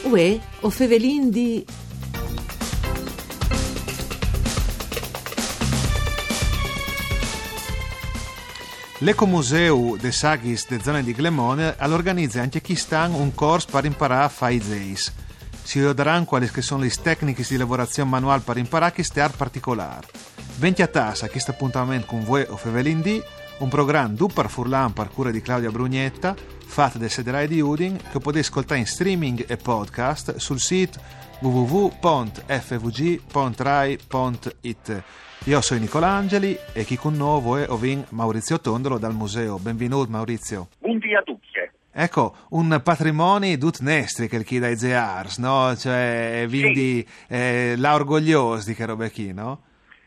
Uè, o fevelin di... L'Ecomuseu de Saghis de zone di Glemone all'organizza anche quest'anno un corso per imparare a fare i zeis. Si vedranno quali sono le tecniche di lavorazione manuale per imparare queste art particolari. Venti a tassa a questo appuntamento con voi o fevelin di un programma du per Furlan per cura di Claudia Brugnetta, fatto da Sederai di Udin, che potete ascoltare in streaming e podcast sul sito www.fvg.rai.it. Io sono Nicolangeli e chi con noi è Ovin Maurizio Tondolo dal museo. Benvenuto Maurizio. Buongiorno a tutti. Ecco, un patrimonio tut nestri che chi dai zears, no? Cioè, quindi la orgogliosi di che robe qui, no?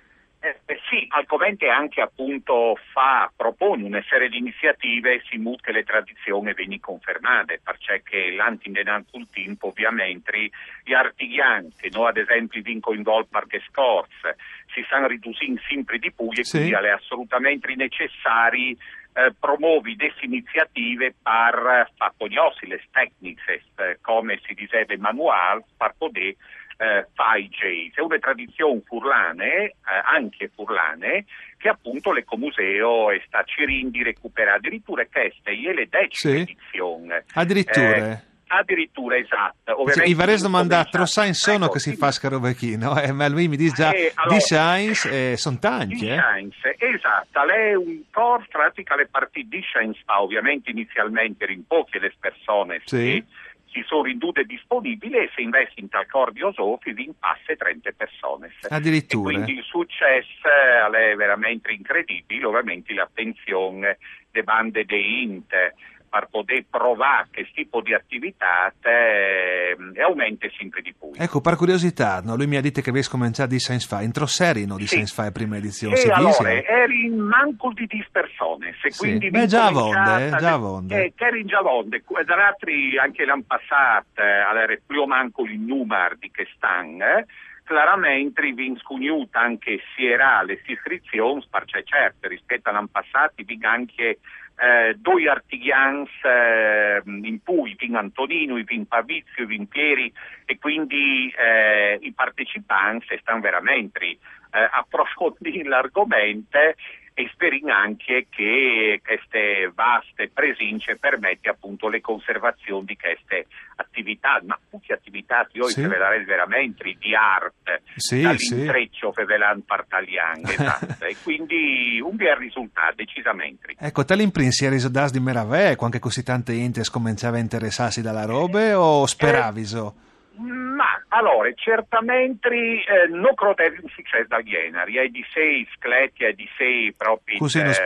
Sì, argomento anche appunto propone una serie di iniziative si mut che le tradizioni vengono confermate, perché l'antindenantul tempo ovviamente gli artigiani che noi ad esempio vincono in gol perché scorse si stanno riducendo sempre di più e quindi è assolutamente necessari promuovi queste iniziative per far conoscere le tecniche, come si diceva manuale, per poter fare i jazz. È una tradizione furlane, anche furlane, che appunto l'Ecomuseo sta cercando di recuperare. Addirittura questa è le 10ª edizione. Addirittura, esatto. Cioè, i vari domandati, lo sai sono che si fa roba qui, no? Ma lui mi dice già di science sono tanti. Esatto, lei è un corso pratica le partite di science, ovviamente inizialmente in poche le persone che si sono rindute disponibili e se investi in tal corso di osofi vi impasse 30 persone. Addirittura. E quindi il successo è veramente incredibile, ovviamente l'attenzione delle bande dei INT per poter provare questo tipo di attività aumenta sempre di più. Ecco, per curiosità, no? Lui mi ha detto che avessi cominciato di Science Fi, entro serie di Science Fi prima edizione. E allora, eri in manco di 10 persone, quindi già a vonde. Che eri già a vonde, tra l'altro anche l'anno passato, era più manco il numero di che stanno, chiaramente vi inscugnuta anche sia le iscrizioni, perché certo, rispetto all'anno passato vi anche due artigiani in cui vin Antonino, vin Pavizio, vin Pieri e quindi i partecipanti stanno veramente approfondendo l'argomento e speriamo anche che queste vaste presenze permette appunto le conservazioni di queste attività, ma tutte attività che oggi vedrete veramente di arte, dall'intreccio che ve l'hanno partagliando, esatto, e quindi un bel risultato decisamente. Ecco, te l'imprint si è reso das di meraviglia, quando così tante gente cominciava a interessarsi dalla robe o speraviso? Ma allora, certamente non credo un successo da genere, è di sé scleti, è di sé proprio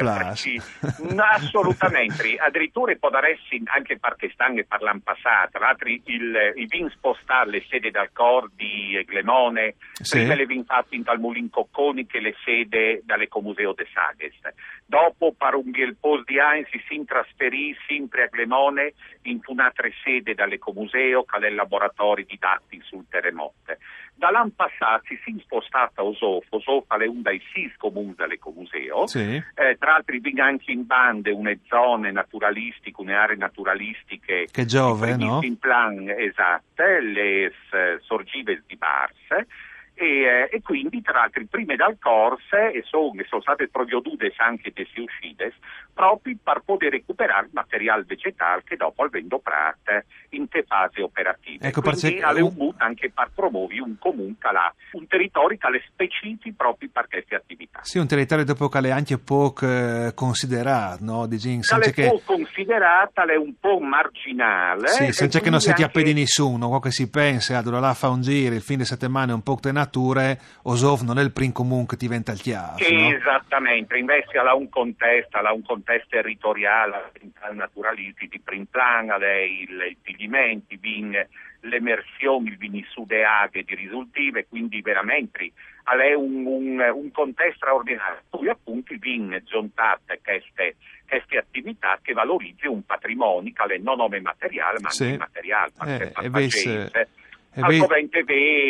assolutamente, addirittura può darsi anche perché stanno parlando passato, altri i vin spostare le sede dal Cor di Glemone, prima le vin fatti in tal Mulin Cocconi che le sede dall'Ecomuseo de Saghis. Dopo, per un bel po' di anni, si trasferì sempre a Glemone in un'altra sede dall'Ecomuseo, che è il laboratorio di dati sul terremoto. Dall'anno passato si è spostata a Osofa è un dei 6 comuni dall'Ecomuseo, tra l'altro vi anche in bande une zone naturalistiche, une aree naturalistiche che giove, no? In plan esatte, le sorgive di Bars. E quindi tra l'altro prime dal corse sono state provvedute anche delle uscite proprio per poter recuperare il materiale vegetale che dopo al vendo prate in te fase operative. Ecco, quindi alle un anche per promuovere un comune un territorio che le specifici proprio per queste attività. Sì, un territorio dopo che è anche poco considerato, no? Considerata, è un po' marginale. Sì, senza che non si ti appedi nessuno, qualche si pensa, allora fa un giro, il fine di settimana un po' di natura, Osov non è il primo comune che ti diventa il chiaro. No? Esattamente, invece ha un contesto territoriale, naturalisti di primo piano, i pigliamenti, l'emersione, il vini su de aghe di risultive, quindi veramente è un contesto straordinario. Poi appunto viene giuntate queste attività che valorizzi un patrimonio che non nome materiale ma anche immateriale, perché ovviamente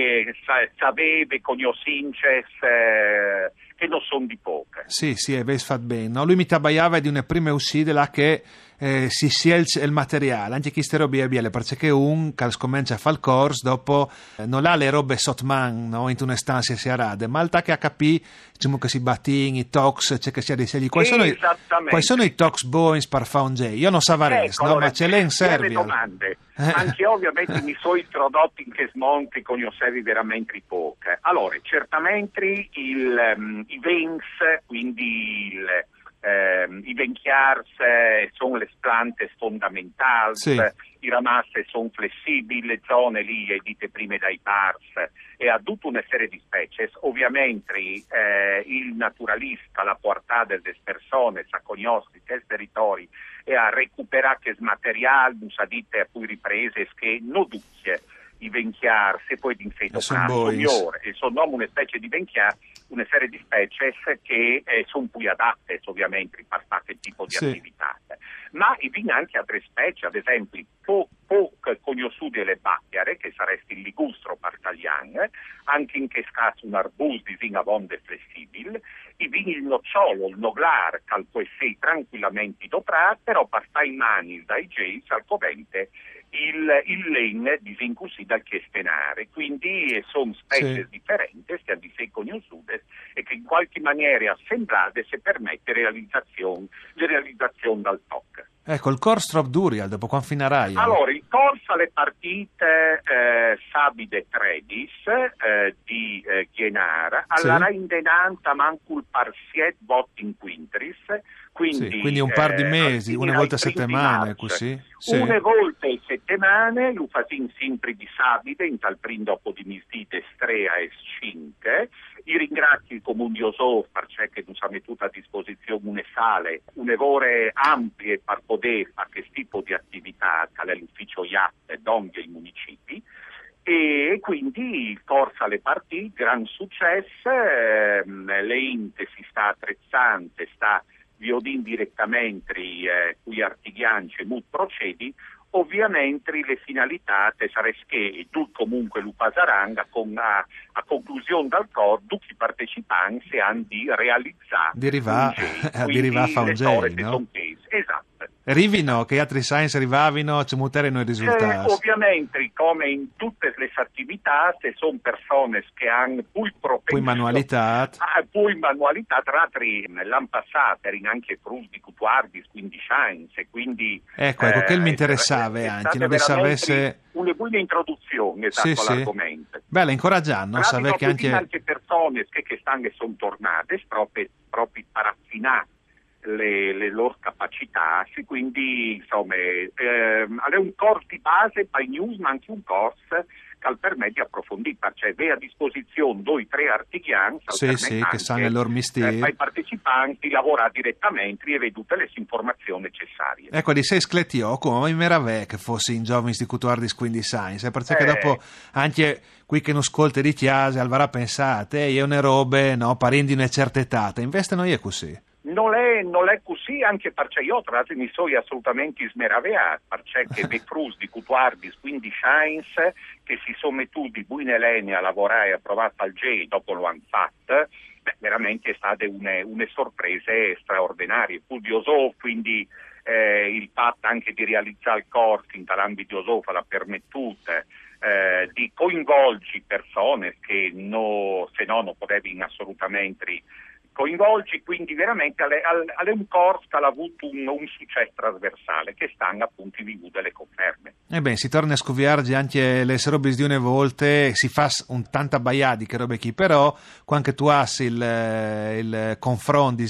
sapete conoscenze che non sono di poche. Sì, avete fatto bene. No? Lui mi tabaiava di una prima uscita là che si sceglie il materiale, anche chi ste robe è biele, perché un che comincia a fare il corso, dopo non ha le robe sotto man, no? In una stanza si arade, ma che ha capito, diciamo che si battini, i tox, c'è che sia dei segli. Quali sono i tox boys per fare un J? Io non so res, no? Ma ce l'è in Serbia. Domande. Anche ovviamente mi sono introdotto in che smonti con gli osservi veramente poche. Allora, certamente i vens, quindi i venchiars sono le piante fondamentali, sì. I ramasse sono flessibili, le zone lì, dite prima dai pars, e ha tutta una serie di specie. Ovviamente il naturalista, la portata delle persone, sa conoscere questi territori e a recuperare che materiale, a dite a cui riprese, che non ducce i venchiar, se poi di infeto migliore, e sono una specie di venchiar, una serie di specie che sono più adatte ovviamente per questo tipo di attività. Ma i vin anche altre specie, ad esempio poco conosciute le bacchiare, che saresti il ligustro partagliano, anche in che scasso un arbus di vin a vonde flessibile, i vini il nocciolo, il noglar, che può essere tranquillamente doprà, però per stare in mani dai geis al covente il len di vin così dal chestenare, quindi sono specie differenti, stiamo di sé conosciute e che in qualche maniera assemblate se permette realizzazione dal TOC. Ecco, il corso troppo duri, dopo quando finirai? Allora, il corso alle partite sabide 13 di Ghienara, alla indenanta manco il parsiet vot in quintris, quindi un par di mesi, una volta a settimana, così? Sì. Una volta a settimana, lo facciamo sempre di sabide, in tal prim dopo di misdite strea e 5. I ringrazio il Comune di Osò perché ci ha messo a disposizione une sale, une ore ampie per poter fare questo tipo di attività, che è l'ufficio IAT d'Onghia i municipi. E quindi il corso alle partite, gran successo, l'ente si sta attrezzando, sta viodin direttamente qui artigianci mut procedi, ovviamente le finalità sarebbero che tu comunque lo pasaranga con a conclusione dal corso tutti i partecipanti hanno di realizzare a fare un J, no? Esatto. Arrivino, che altri science arrivavano, ci muterino i risultati. Ovviamente, come in tutte le attività, se sono persone che hanno poi manualità, tra l'altro l'anno passato erano anche cruz di cutuardis, quindi science, quindi ecco che mi interessava anche, non vi sapesse una buona introduzione all'argomento. Bella, incoraggiando, sapere che anche persone che sono tornate proprio paraffinate le loro capacità, quindi insomma è un corso di base per news, ma anche un corso che permette di approfondire, cioè ve a disposizione 2 o 3 artigiani che sanno il loro mestiere, per i partecipanti lavorare direttamente e avere tutte le informazioni necessarie. Ecco, di sei scletio, come mi meraviglia che fossi in giovani di Cutuardis quindi science, perché dopo anche qui che non ascolta di chiase alvarà pensate, io ne robe, no, parenti di una certa età, invece non è così. Non è così, anche perché io tra l'altro mi sono assolutamente smeravigliato, perché le cruz di Cutuardis, quindi science, che si sono mettuti buone lene a lavorare e a provare al J, dopo lo hanno fatto, veramente è state une sorprese straordinarie. Studioso, quindi il fatto anche di realizzare il corso in tall'ambito di Osofa l'ha permettuto di coinvolgere persone che se no non potevano assolutamente coinvolgi, quindi veramente è un corso che ha avuto un successo trasversale che stanno appunto in vivo delle conferme. Ebbene, si torna a scoviarci anche le robe di una volta, si fa un tanta baiadi che robe chi, però quando tu hai il confronto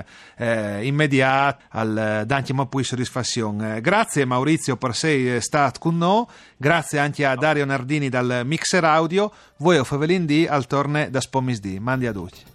immediato danti ma poi soddisfazione. Grazie Maurizio per sei stato con noi, grazie anche a Dario Nardini dal Mixer Audio, voi o Favelin D al torne da Spomis D. Mandi a tutti.